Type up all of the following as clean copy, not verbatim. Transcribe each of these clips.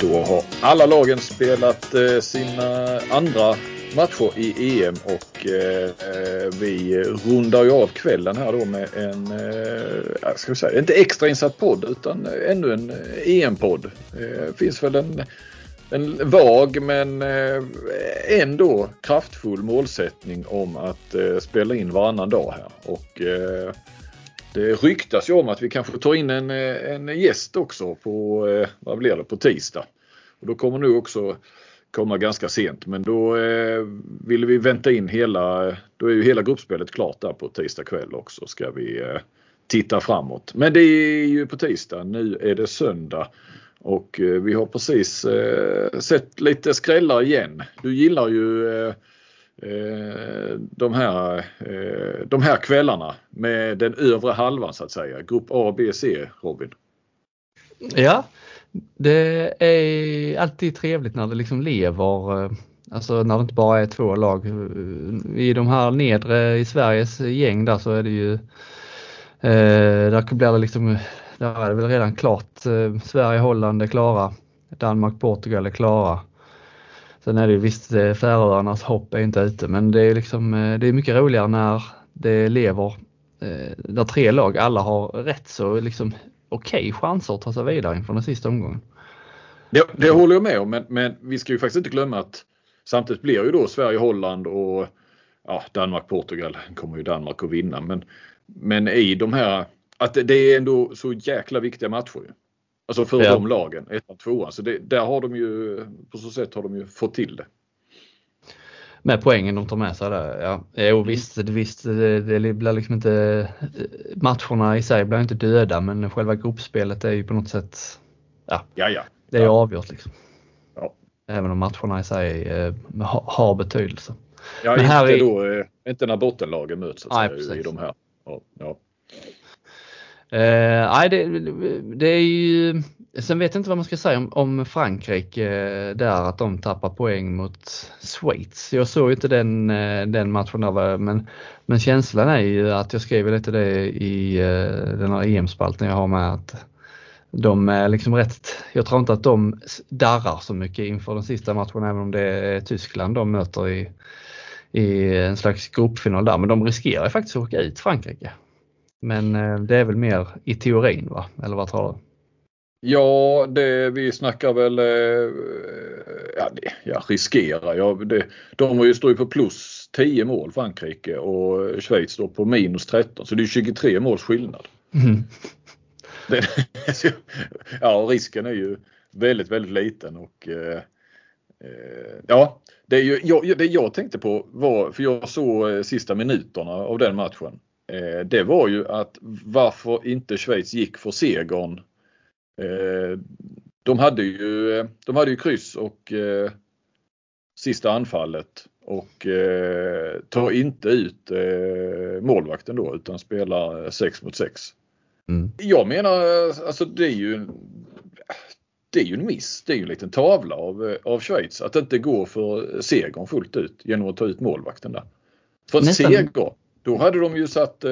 Då har alla lagen spelat sina andra matcher i EM och vi rundar ju av kvällen här då med en, ska vi säga, inte extra insatt podd utan ännu en EM-podd. Finns väl en vag men ändå kraftfull målsättning om att spela in varannan dag här. Och det ryktas ju om att vi kanske tar in en gäst också på, vad blir det, på tisdag. Och då kommer nu också komma ganska sent, men då vill vi vänta in då är ju hela gruppspelet klart där på tisdag kväll också, ska vi titta framåt. Men det är ju på tisdag, nu är det söndag och vi har precis sett lite skrällar igen. Du gillar ju de här kvällarna med den övre halvan så att säga, grupp A, B, C, Robin. Ja, det är alltid trevligt när det liksom lever, alltså när det inte bara är två lag. I de här nedre i Sveriges gäng där så är det ju, där blir det liksom, där är det väl redan klart, Sverige, Holland är klara, Danmark, Portugal är klara. Sen är det ju visst, Färöarnas hopp är inte ute, men det är liksom, det är mycket roligare när det lever, där tre lag alla har rätt så liksom okej chanser att ta sig vidare inför den sista omgången. Det håller jag med om, men vi ska ju faktiskt inte glömma att samtidigt blir ju då Sverige, Holland och Danmark, Portugal kommer ju Danmark att vinna. Men i de här, att det är ändå så jäkla viktiga matcher ju. Alltså för de lagen, 1 och 2. Så där har de ju, på så sätt har de ju fått till det. Med poängen de tar med sig där, ja. Jo, visst, det blir liksom inte, matcherna i sig blir inte döda, men själva gruppspelet är ju på något sätt, det är avgjort liksom. Ja. Även om matcherna i sig har betydelse. Ja, men här inte när bottenlagen möts så att säga, i de här. Ja. Nej, det är ju, sen vet jag inte vad man ska säga om Frankrike där, att de tappar poäng mot Schweiz. Jag såg inte den matchen där, men känslan är ju att jag skriver lite det i den här EM-spalten jag har med, att de är liksom rätt, jag tror inte att de darrar så mycket inför den sista matchen, även om det är Tyskland de möter i en slags gruppfinal där, men de riskerar faktiskt att åka ut Frankrike. Men det är väl mer i teorin, va? Eller vad tror du? Ja, vi snackar väl, riskerar. Ja, de har ju stått på plus 10 mål Frankrike och Schweiz står på minus 13. Så det är 23 måls skillnad. Mm. Risken är ju väldigt, väldigt liten. Och det jag tänkte på var, för jag såg sista minuterna av den matchen. Det var ju att varför inte Schweiz gick för segern. De hade ju kryss och sista anfallet och tar inte ut målvakten då, utan spelar 6 mot 6. Mm. Jag menar, alltså det är ju en miss. Det är ju en liten tavla av Schweiz att inte gå för segern fullt ut genom att ta ut målvakten där. För seger, då hade de ju satt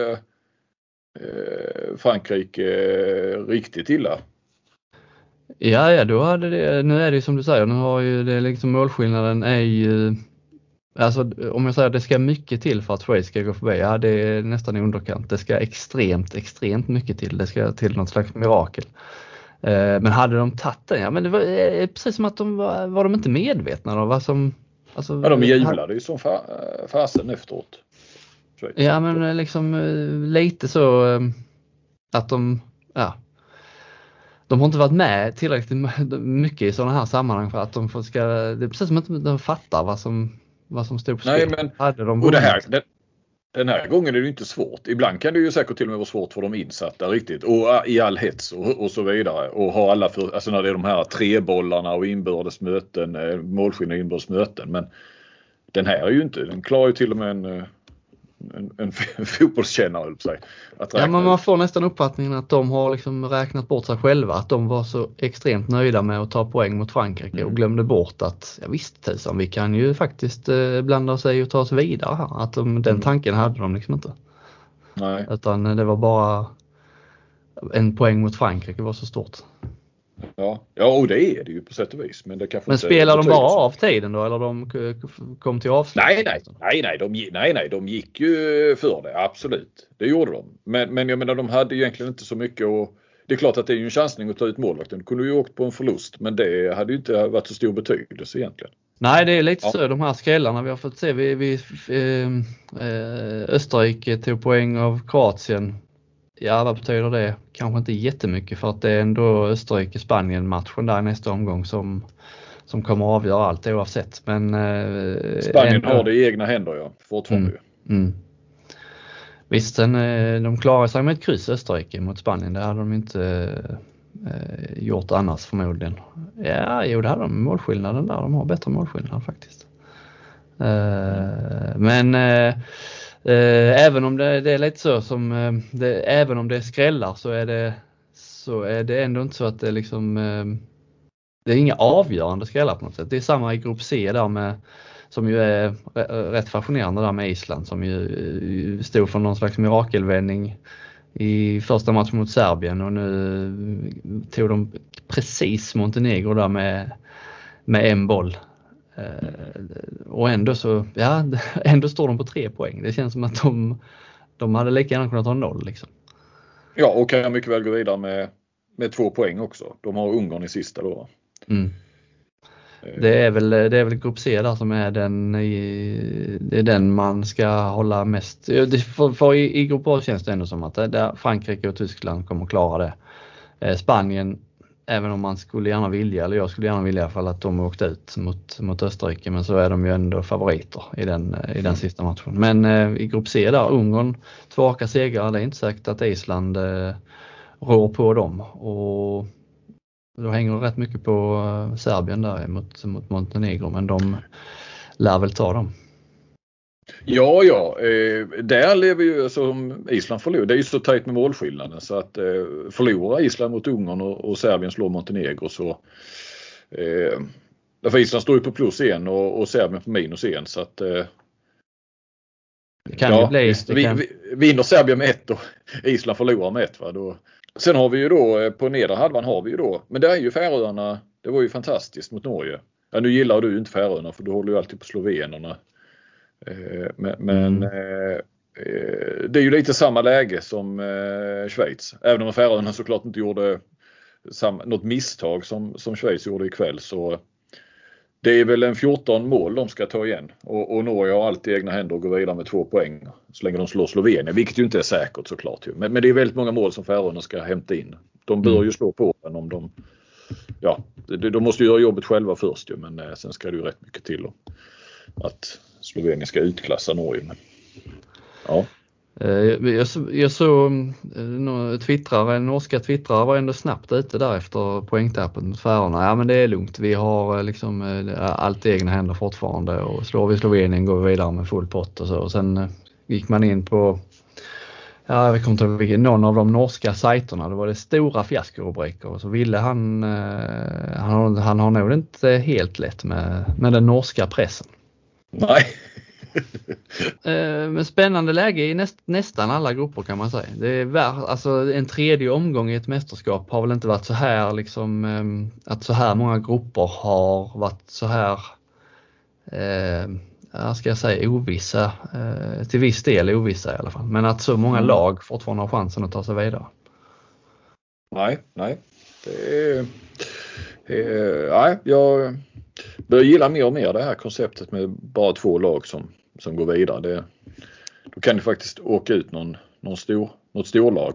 Frankrike riktigt illa. Ja, då hade det, nu är det som du säger, nu har ju det liksom, målskillnaden är ju, alltså om jag säger att det ska mycket till för att Schweiz ska gå förbi, ja det är nästan i underkant. Det ska extremt mycket till, det ska till något slags mirakel. Men hade de tagit den, ja men det var precis som att de var de inte medvetna om vad som, alltså, ja, de jublade ju som fasen efteråt. Ja, men liksom lite så att de har inte varit med tillräckligt mycket i sådana här sammanhang för att det är precis som att de fattar vad som stod på spel. Nej, men den här gången är det inte svårt. Ibland kan det ju säkert till och med vara svårt för de insatta riktigt och i all hets och så vidare, och ha alla alltså när det är de här trebollarna och inbördes möten, målskillnad och inbördes möten, men den här är ju inte, den klarar ju till och med en fotbollskännare upp sig. Ja, men man får nästan uppfattningen att de har liksom räknat bort sig själva, att de var så extremt nöjda med att ta poäng mot Frankrike och glömde bort att, ja visst tusan, vi kan ju faktiskt blanda oss i och ta oss vidare här. Att den tanken hade de liksom inte. Nej. Utan det var bara en poäng mot Frankrike var så stort. Ja, och det är det ju på sätt och vis. Men spelar de bara av tiden då, eller de kom till avslut? Nej, de gick ju för det, absolut. Det gjorde de. Men jag menar, de hade egentligen inte så mycket och det är klart att det är ju en chansning att ta ut målvakten. Kunde ju åkt på en förlust, men det hade ju inte varit så stor betydelse egentligen. Nej, det är lite så, de här skrällarna vi har fått se. Österrike tog poäng av Kroatien. Ja, vad betyder det? Kanske inte jättemycket, för att det är ändå Österrike-Spanien-matchen där i nästa omgång som kommer att avgöra allt oavsett. Men Spanien har det i egna händer, fortfarande. Visst, de klarar sig med ett kryss Österrike mot Spanien. Det hade de inte gjort annars förmodligen. Ja, det hade de, målskillnaden där. De har bättre målskillnad faktiskt. Men även om det är lite så som även om det skrällar så är det ändå inte så att det liksom det är inga avgörande skrällar på något sätt. Det är samma i grupp C där som ju är rätt fascinerande där med Island, som ju stod för någon slags mirakelvändning i första matchen mot Serbien, och nu tog de precis Montenegro där med en boll. Och ändå står de på 3 poäng. Det känns som att de hade lika gärna kunnat ha 0 liksom. Ja, och kan mycket väl gå vidare med 2 poäng också. De har Ungern i sista då. Det är väl grupp C där som är det är den man ska hålla mest. För i grupp A känns det ändå som att där Frankrike och Tyskland kommer att klara det. Spanien, även om man skulle gärna vilja, eller jag skulle gärna vilja i alla fall, att de åkte ut mot Österrike, men så är de ju ändå favoriter i den sista matchen. Men i grupp C där, Ungern 2 raka segrar, det är inte säkert att Island rår på dem, och då hänger det rätt mycket på Serbien där mot Montenegro, men de lär väl ta dem. Ja, där lever ju som Island förlorar. Det är ju så tajt med målskillnaden, så att förlora Island mot Ungern och Serbien slår Montenegro, så därför Island står ju på +1 och Serbien på -1, så att det kan ju bli. Vinner Serbien med 1 och Island förlorar med 1, va? Då. Sen har vi ju då på nedre halvan har vi ju då, men det är ju Färöarna, det var ju fantastiskt mot Norge. Ja, nu gillar du ju inte Färöarna, för du håller ju alltid på slovenerna. Men det är ju lite samma läge som Schweiz. Även om Färöarna såklart inte gjorde något misstag som Schweiz gjorde ikväll, så det är väl en 14 mål de ska ta igen. Och Norge har alltid egna händer och går vidare med 2 poäng så länge de slår Slovenien, vilket ju inte är säkert såklart. Men det är väldigt många mål som Färöarna ska hämta in. De bör ju slå på den om de... Ja, de måste ju göra jobbet själva först ju, men sen ska det ju rätt mycket till att Slovenien ska utklassa Norge. Men, ja. Jag såg norska twittrare var ändå snabbt ute där efter poängtappet mot Färöarna. Ja, men det är lugnt. Vi har liksom allt i egna händer fortfarande, och slår vi Slovenien går vi vidare med full pott och så. Och sen gick man in på jag kommer inte ihåg någon av de norska sajterna. Det var det stora fiaskorubriker, och så ville han har nog inte helt lätt med den norska pressen. Nej. Men spännande läge i nästan alla grupper kan man säga. Det är alltså en tredje omgång i ett mästerskap har väl inte varit så här liksom, att så här många grupper har varit så här ska jag säga ovissa, till viss del ovissa i alla fall, men att så många lag fortfarande har chansen att ta sig vidare. Nej. Jag börjar gilla mer och mer det här konceptet med bara 2 lag som går vidare. Då kan du faktiskt åka ut något storlag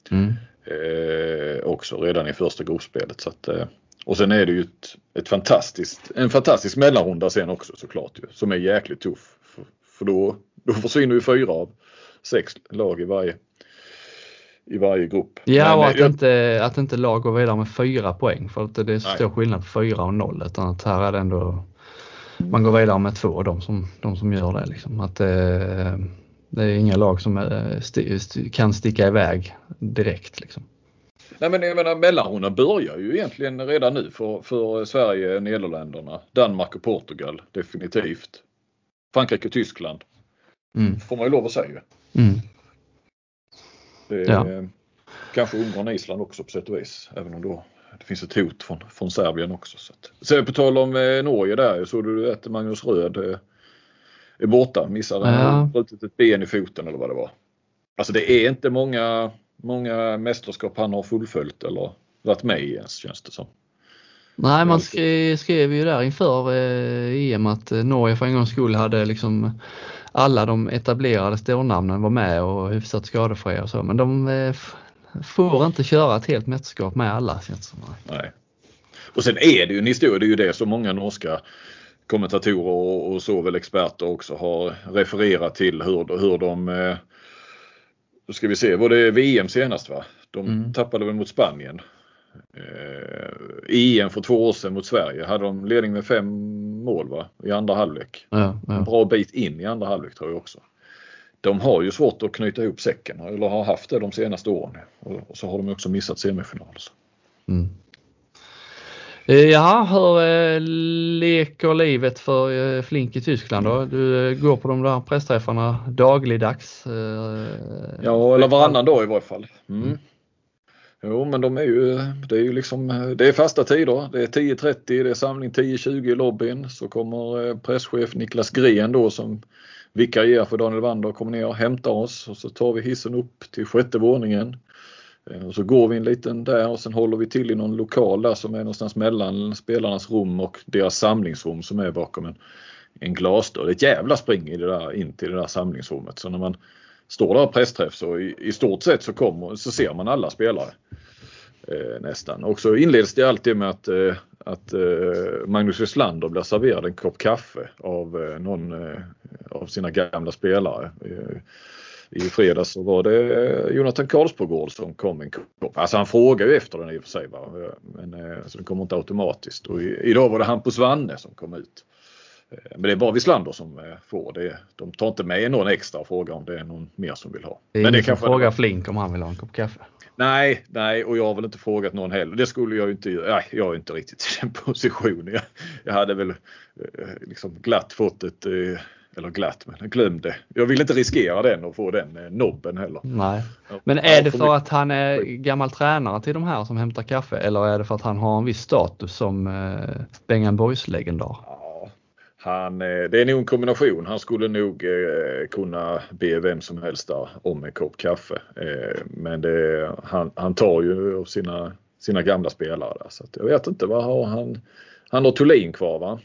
också redan i första gruppspelet. Så att, och sen är det ju en fantastisk mellanrunda sen också såklart ju, som är jäkligt tuff. För då försvinner ju 4 av 6 lag i varje grupp. Ja, och att inte lag går vidare med 4 poäng, för att det är så stor skillnad på 4 och 0, utan att här är det ändå man går vidare med 2 de som gör det liksom. Att det är inga lag som kan sticka iväg direkt liksom. Nej, men jag menar, mellanrundan börjar ju egentligen redan nu för Sverige, Nederländerna, Danmark och Portugal definitivt. Frankrike och Tyskland. Får man ju lov att säga. Kanske Ungern och Island också på sätt och vis. Även om då det finns ett hot från Serbien också. Så på tal om Norge där, så du att Magnus Röd är borta. Missade han brutit ett ben i foten eller vad det var. Alltså det är inte många mästerskap han har fullföljt eller varit med i ens, känns det som. Nej, man skrev ju där inför EM att Norge för en gångs skull hade liksom alla de etablerade stornamnen var med och hyfsat skadefria och så. Men de får inte köra ett helt mästerskap med alla, känns det som. Nej. Och sen är det ju en historia, det är ju det som många norska kommentatorer och så väl experter också har refererat till hur de, då ska vi se, var det VM senast va? De tappade väl mot Spanien. EM för 2 år sedan mot Sverige hade de ledning med 5 mål va? I andra halvlek. En bra bit in i andra halvlek tror jag också. De har ju svårt att knyta ihop säcken eller har haft det de senaste åren och så har de också missat semifinal. Ja, hur leker livet för Flink i Tyskland då? Du går på de där pressträffarna dagligdags? Ja, eller varannan dag i varje fall. Jo, men det är ju liksom, det är fasta tider. Det är 10.30, det är samling 10.20 i lobbyn. Så kommer presschef Niklas Gren då som vikarierar för Daniel Wander, kommer ner och hämtar oss. Och så tar vi hissen upp till 6:e våningen. Och så går vi en liten där och sen håller vi till i någon lokal där som är någonstans mellan spelarnas rum och deras samlingsrum som är bakom en glasdörr. Det är ett jävla spring in till det där samlingsrummet. Så när man står där och pressträff så i stort sett så ser man alla spelare nästan. Och så inleds det alltid med att Magnus Wislander blir serverad en kopp kaffe av någon av sina gamla spelare. I fredags så var det Jonathan Karlsbogård som kom en kopp. Alltså han frågar ju efter den i och för sig va? Men så den kommer inte automatiskt. Och idag var det Hampus Wanne som kom ut. Men det är bara Wislander som får det. De tar inte med någon extra och frågar om det är någon mer som vill ha. Det är ingen som frågar Flink om han vill ha en kopp kaffe. Nej, och jag har väl inte frågat någon heller. Det skulle jag ju inte göra. Nej, jag är inte riktigt i den positionen. Jag hade väl liksom glatt fått eller glatt, men glömde. Jag vill inte riskera den och få den nobben heller. Nej. Men är det för att han är gammal tränare till de här som hämtar kaffe eller är det för att han har en viss status som Bengan Boys-legendar? Det är nog en kombination. Han skulle nog kunna be vem som helst där om en kopp kaffe. Men han tar ju av sina gamla spelare där. Så att jag vet inte vad har han. Han har Thulin kvar va?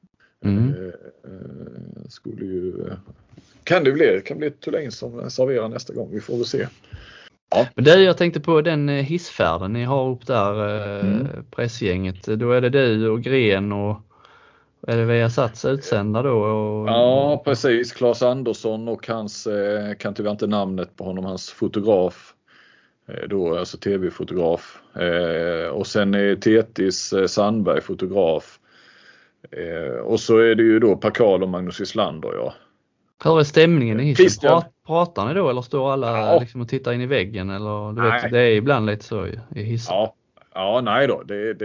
Skulle ju kan bli Thulin som serverar nästa gång. Vi får väl se. Ja. Men det jag tänkte på den hissfärden ni har upp där pressgänget. Då är det du och Gren och är det Viasats utsända då? Ja, precis. Claes Andersson och hans, kan tyvärr inte namnet på honom, hans fotograf. Då, alltså tv-fotograf. Och sen är Tetis Sandberg fotograf. Och så är det ju då Pakal och Magnus Wislander, ja. Hur är stämningen i hissen? Pratar ni då eller står alla liksom och tittar in i väggen? Eller, du vet, det är ibland lite så i hissen. Ja, nej då. Det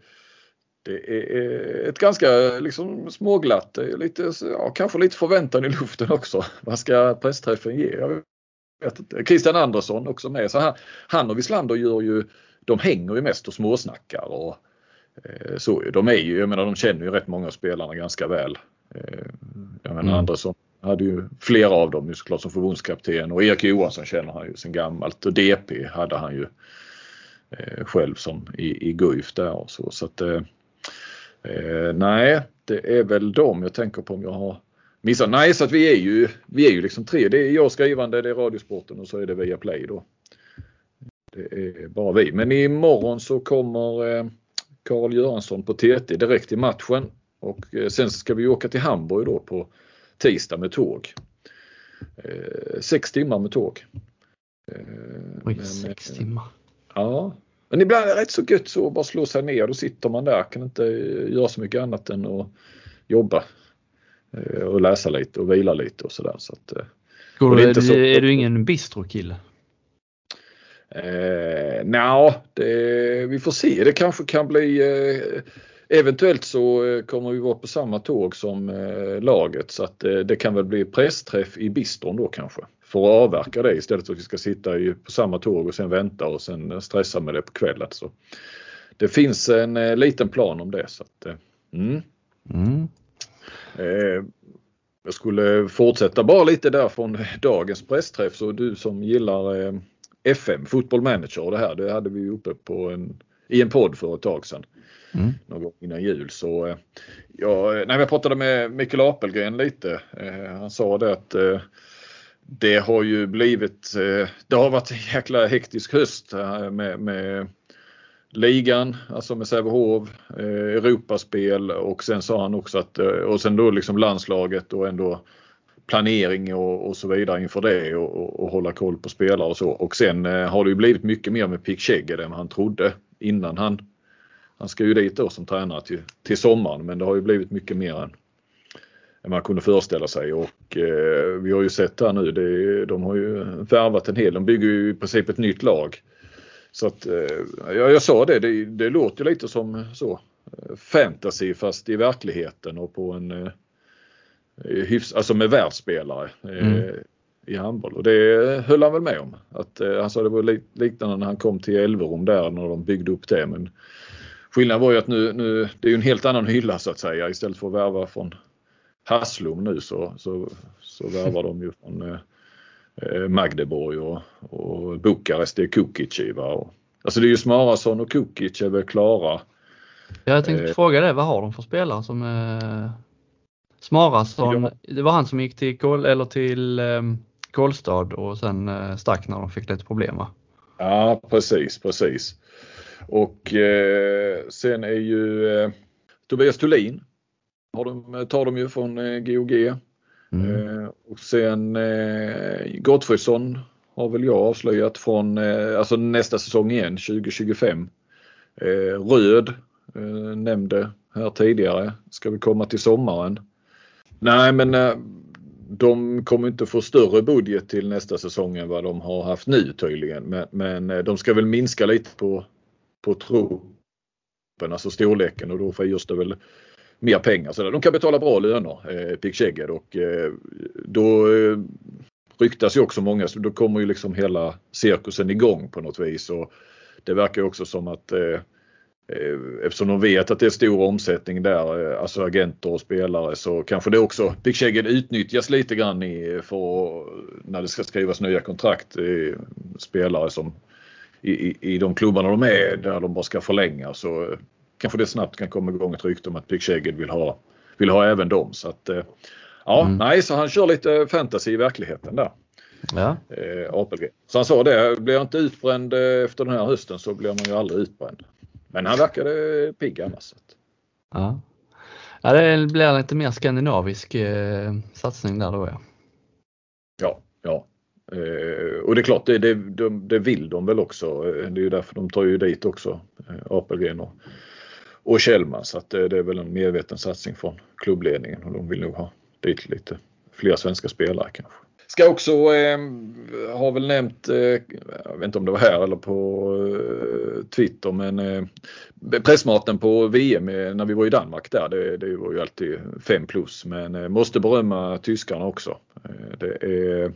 är ett ganska liksom småglatt, lite, kanske lite förväntan i luften också. Vad ska pressträffen ge? Jag vet inte. Christian Andersson också med. Så han och Wislander de hänger ju mest och småsnackar och så. De är ju, jag menar de känner ju rätt många spelarna ganska väl. Jag menar Andersson hade ju flera av dem ju såklart som förbundskapten och Erik Johansson känner han ju sen gammalt och DP hade han ju själv som i Guif där och så. Så att nej, det är väl dem jag tänker på om jag har missat. Nej, så att vi är ju liksom 3. Det är jag skrivande, det är Radiosporten och så är det via Play då. Det är bara vi. Men imorgon så kommer Karl Göransson på TT direkt i matchen och sen ska vi åka till Hamburg då på tisdag med tåg. 6 timmar med tåg. 6 timmar. Ja. Men ibland är det rätt så gött så att bara slå sig ner. Då sitter man där, kan inte göra så mycket annat än att jobba och läsa lite och vila lite och sådär. Så att, är du ingen bistrokille? Vi får se. Det kanske kan bli eventuellt så kommer vi vara på samma tåg som laget så att det kan väl bli pressträff i bistron då kanske. För att avverka det istället för att vi ska sitta på samma tåg och sen vänta och sen stressa med det på kvällen. Så det finns en liten plan om det. Så att, jag skulle fortsätta bara lite där från dagens pressträff. Så du som gillar FM, Football Manager och det hade vi uppe i en podd för ett tag sedan. Någon gång innan jul. Så jag pratade med Mikael Apelgren lite. Han sa det att det har ju blivit, det har varit en jäkla hektisk höst med ligan, alltså med Sävehof, Europaspel och sen sa han också att, och sen då liksom landslaget och ändå planering och så vidare inför det och hålla koll på spelare och så. Och sen har det ju blivit mycket mer med Pick Szeged än han trodde innan han ska ju dit då som tränare till sommaren, men det har ju blivit mycket mer än man kunde föreställa sig och vi har ju sett här nu, de har ju värvat en hel, de bygger ju i princip ett nytt lag. Så att jag sa det låter lite som så fantasy fast i verkligheten och på en alltså med världsspelare i handboll. Och det höll han väl med om. Att han sa det var liknande när han kom till Elverum där när de byggde upp det, men skillnaden var ju att nu det är ju en helt annan hylla så att säga. Istället för att värva från Haslum nu så värvar de ju från Magdeborg och Bukarest, det är Kukic alltså det är ju Smarason och Kukic är väl klara. Jag tänkte fråga dig, vad har de för spelare som Smarason, det var han som gick till Kolstad och sen stack när de fick lite problem, va? Ja, precis. Och sen är ju Tobias Thulin tar de ju från GOG. Och sen Gottfridsson har väl jag avslöjat från alltså nästa säsong igen, 2025. Röd nämnde här tidigare, ska vi komma till sommaren. Nej, men de kommer inte få större budget till nästa säsong än vad de har haft nu tydligen. Men de ska väl minska lite på truppen, alltså storleken, och då får just det väl mer pengar. Så de kan betala bra löner, Pick Szeged, och då ryktas ju också många, så då kommer ju liksom hela cirkusen igång på något vis. Och det verkar ju också som att eftersom de vet att det är stor omsättning där, alltså agenter och spelare, så kanske det också Pick Szeged utnyttjas lite grann för när det ska skrivas nya kontrakt, spelare som i de klubbarna de är där de bara ska förlänga, så kanske det snabbt kan komma igång ett rykte om att Pick Szeged vill ha även dem. Så att så han kör lite fantasy i verkligheten där. Ja. Apelgren. Så han sa det, blir jag inte utbränd efter den här hösten så blir man ju aldrig utbränd. Men han verkade pigg annars. Ja, det blir lite mer skandinavisk satsning där då, ja. Ja. Och det är klart, det vill de väl också. Det är ju därför de tar ju dit också Apelgren och Kjellman. Så att det är väl en medveten satsning från klubbledningen. Och de vill nog ha dit lite fler svenska spelare kanske. Ska också har väl nämnt, jag vet inte om det var här eller på Twitter, men pressmaten på VM när vi var i Danmark där, det var ju alltid 5+, men måste berömma tyskarna också. Det är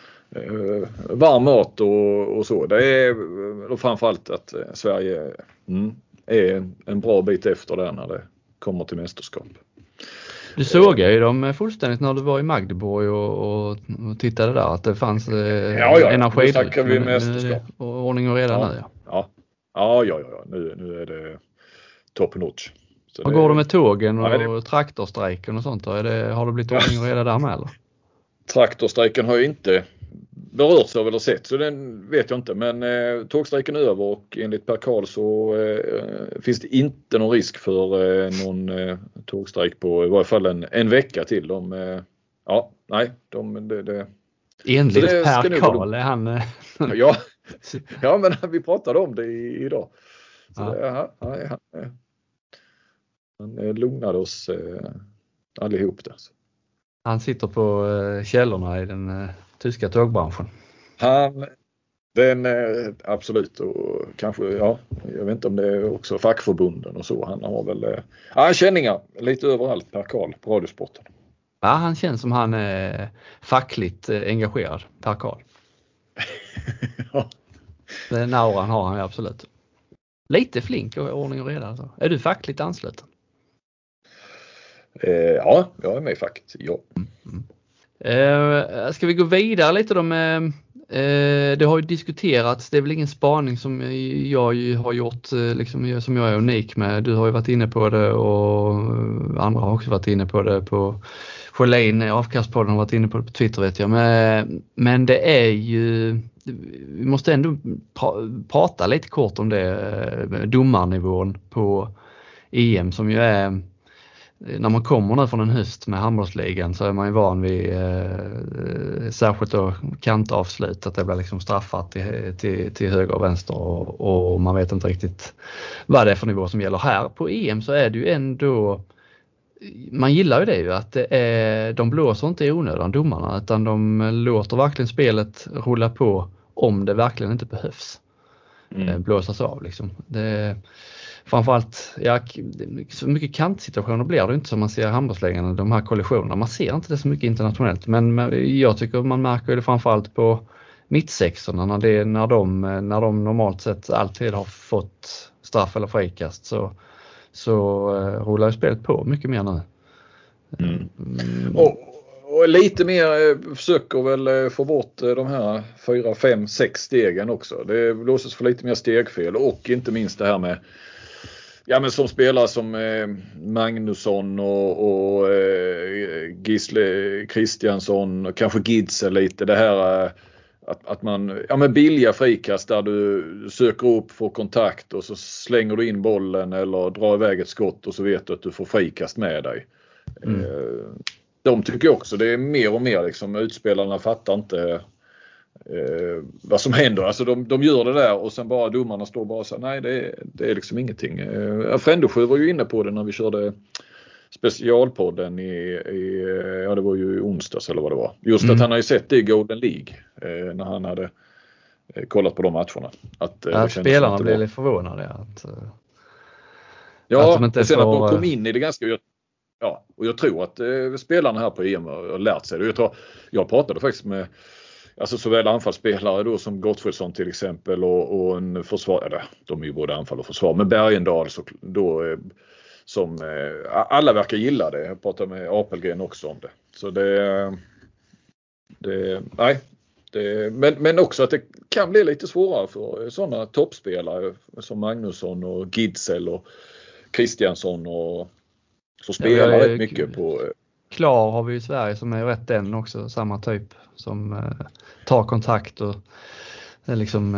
varm mat och så. Det är framförallt att Sverige är en bra bit efter där när det kommer till mästerskap. Du sågade ju dem fullständigt när du var i Magdeborg och tittade där, att det fanns energi. Ja, vi mästerskap. Och ordning och reda nu. Ja. Nu är det top notch. Vad går det med tågen och traktorstrejken och sånt då? Har det blivit ordning och reda där med eller? Traktorstrejken har ju inte berörts av eller sett, så den vet jag inte. Men tågstrejken är över och enligt Per Karl så finns det inte någon risk för någon tågstrejk på i varje fall en vecka till. Enligt Per Karl är han... ja, men vi pratade om det idag. Så han lugnade oss allihop där. Han sitter på källorna i den tyska tågbranschen. Absolut, och kanske, jag vet inte om det är också fackförbunden och så. Han har väl känningar lite överallt, Per Karl, på Radiosporten. Ja, han känns som han är fackligt engagerad, Per Karl. Ja. Den auran har han absolut. lite flink och ordning och reda. Alltså. Är du fackligt ansluten? Ja, jag är med i facket. Ja. Ska vi gå vidare lite då med det har ju diskuterats, det är väl ingen spaning som jag har gjort liksom, som jag är unik med. Du har ju varit inne på det och andra har också varit inne på det på Sjölin, Avkastpodden har varit inne på det på Twitter vet jag. Men det är ju, vi måste ändå prata lite kort om det, domarnivån på EM som ju är, när man kommer nu från en höst med handbollsligan så är man ju van vid särskilt då kantavslut, att det blir liksom straffat till höger och vänster och man vet inte riktigt vad det är för nivå som gäller. Här på EM så är det ju ändå, man gillar ju det ju att de blåser inte i onödan domarna, utan de låter verkligen spelet rulla på om det verkligen inte behövs blåsas av liksom. Framförallt, så mycket kantsituationer blir det inte som man ser i handbollsligan, de här kollisionerna. Man ser inte det så mycket internationellt, men jag tycker man märker det framförallt på mittsexorna när de normalt sett alltid har fått straff eller frikast så rullar ju spelet på mycket mer nu. Och lite mer försöker väl få bort de här 4, 5, 6 stegen också. Det blåses för lite mer stegfel och inte minst det här med men som spelare som Magnusson och Gisle Kristiansson och kanske Gidsel lite, det här att man med billiga frikast där du söker upp, får kontakt och så slänger du in bollen eller drar iväg ett skott och så vet du att du får frikast med dig. De tycker också det är mer och mer liksom, utspelarna fattar inte vad som händer. Alltså de gör det där och sen bara domarna står bara så nej det är liksom ingenting. Frändesjö var ju inne på det när vi körde specialpodden det var ju i onsdags eller vad det var. Just att han har ju sett det i Golden League när han hade kollat på de matcherna. Att spelarna blev lite förvånade att de inte och sen att de kom in i det ganska. Ja, och jag tror att spelarna här på EM har lärt sig det. Jag pratade faktiskt med såväl anfallsspelare då som Gottfridsson till exempel och en försvarare. De är ju både anfall och försvar. Men Bergendahl så då som alla verkar gilla det. Jag pratade med Apelgren också om det. Så men också att det kan bli lite svårare för sådana toppspelare som Magnusson och Gidsel och Kristiansson och så spelar rätt mycket på. Klar har vi i Sverige som är rätt den också, samma typ som tar kontakt och liksom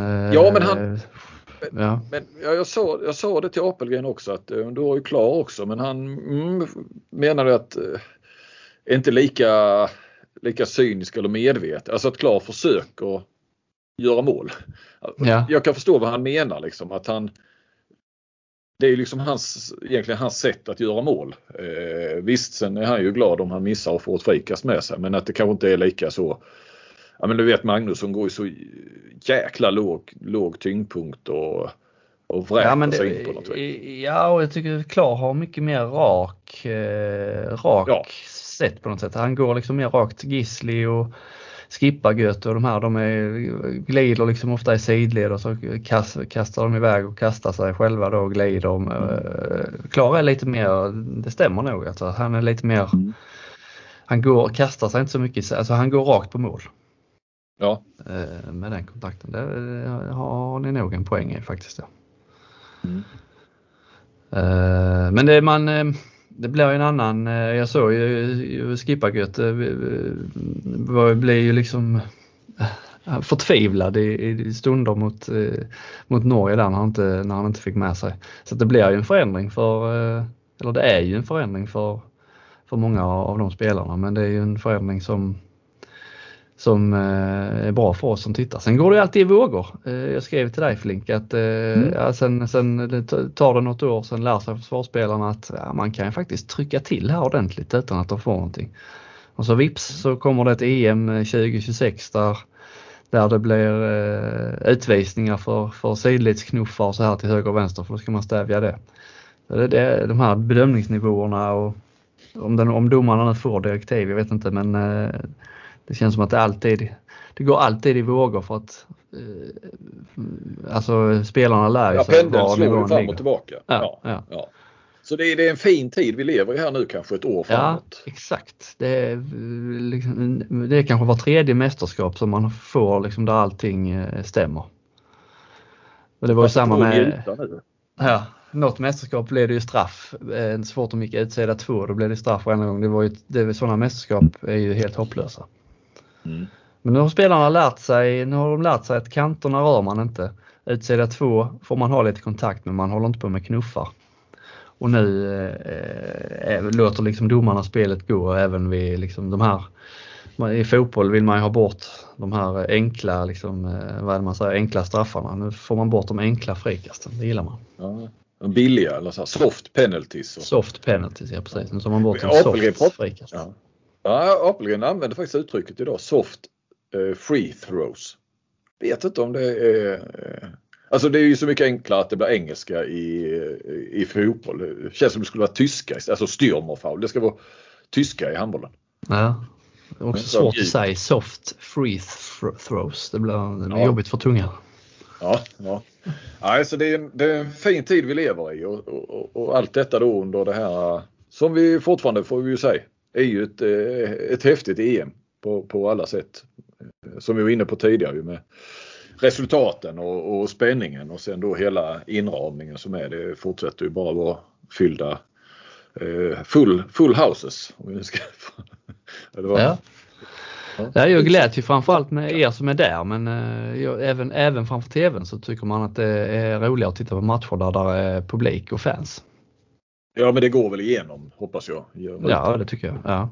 men jag sa det till Apelgren också att du har ju Klar också, men han menade att inte lika cynisk eller medveten, alltså att Klar försöker göra mål. Ja. Jag kan förstå vad han menar liksom, att det är liksom egentligen hans sätt att göra mål. Visst, sen är han ju glad om han missar och får ett frikast med sig. Men att det kanske inte är lika så. Ja, men du vet Magnusson går ju så jäkla låg tyngdpunkt och vräker sig in på något vis. Ja, och jag tycker Klar har mycket mer rak sätt på något sätt. Han går liksom mer rakt. Gisli och Skippargöt och de här, glider liksom ofta i sidled och så kastar de iväg och kastar sig själva då och glider. Klar är lite mer, det stämmer nog, alltså, han är lite mer, han kastar sig inte så mycket, alltså han går rakt på mål. Ja. Med den kontakten, det har ni nog en poäng i faktiskt. Ja. Men det blir ju en annan, jag såg ju Skippargöt blev ju liksom förtvivlad i stunder mot Norge där när han inte fick med sig. Så det blir ju en förändring det är ju en förändring för många av de spelarna, men det är ju en förändring som är bra för oss som tittar. Sen går det ju alltid i vågor. Jag skrev till dig Flink att sen tar det något år, sen lär sig försvarsspelarna att man kan ju faktiskt trycka till här ordentligt utan att de får någonting. Och så vips så kommer det ett EM 2026 där det blir utvisningar för sidledsknuffar och så här till höger och vänster, för då ska man stävja det. Det är de här bedömningsnivåerna, och om domarna får direktiv, jag vet inte, men det känns som att det går alltid i vågor för att alltså spelarna lär ju sig pendeln slår fram och tillbaka. Ja. Så det är en fin tid vi lever i här nu, kanske ett år framåt. Ja, exakt. Det är kanske var tredje mästerskap som man får liksom där allting stämmer. Och det var ju samma med... Ja, något mästerskap blev det ju straff. Så fort de gick utsida 2, då blev det straff varje gång. Sådana mästerskap är ju helt hopplösa. Mm. Men nu har spelarna lärt sig att kanterna rör man inte. Utsida 2 får man ha lite kontakt, men man håller inte på med knuffar. Och nu låter liksom domarna spelet gå även vid liksom de här. I fotboll vill man ju ha bort de här enkla liksom, enkla straffarna. Nu får man bort de enkla frikasten. Det gillar man. Ja, billiga eller så här, soft penalties. Soft penalties, ja precis. Nu tar man bort de soft frikast. Ja, Apelgren använder faktiskt uttrycket idag, soft free throws. Vet inte om det är... Alltså det är ju så mycket enklare att det blir engelska i fotboll. Det känns som det skulle vara tyska, alltså stürmerfoul. Det ska vara tyska i handbollen. Ja, det är också svårt att säga soft free throws. Det blir jobbigt för tungan. Ja. Alltså det är en fin tid vi lever i och allt detta då under det här som vi fortfarande får vi ju säga är ju ett häftigt EM på alla sätt. Som vi var inne på tidigare med resultaten och spänningen och sen då hela inramningen som är det fortsätter ju bara vara fyllda full houses om vi ska. Jag gläds ju framförallt med er som är där, men även framför tvn så tycker man att det är roligare att titta på matcher där är publik och fans. Ja, men det går väl igenom, hoppas jag. Ja, det tycker jag. Ja.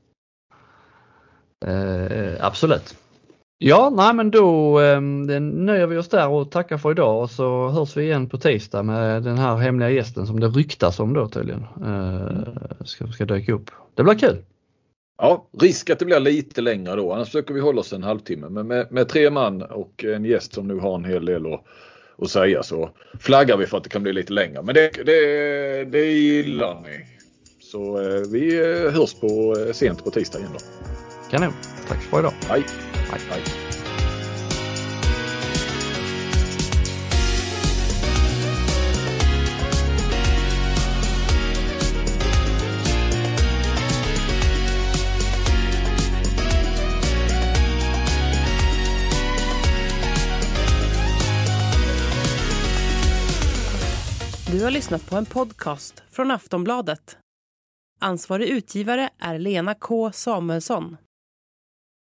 Absolut. Ja, nej men då nöjer vi oss där och tackar för idag och så hörs vi igen på tisdag med den här hemliga gästen som det ryktas om då tydligen. Ska dyka upp. Det blir kul. Ja, risk att det blir lite längre då. Annars försöker vi hålla oss en halvtimme. Men med 3 man och en gäst som nu har en hel del att säga så flaggar vi för att det kan bli lite längre. Men det gillar ni. Så vi hörs sent på tisdag igen då. Kanon. Tack för idag. Hej. Du har lyssnat på en podcast från Aftonbladet. Ansvarig utgivare är Lena K. Samuelsson.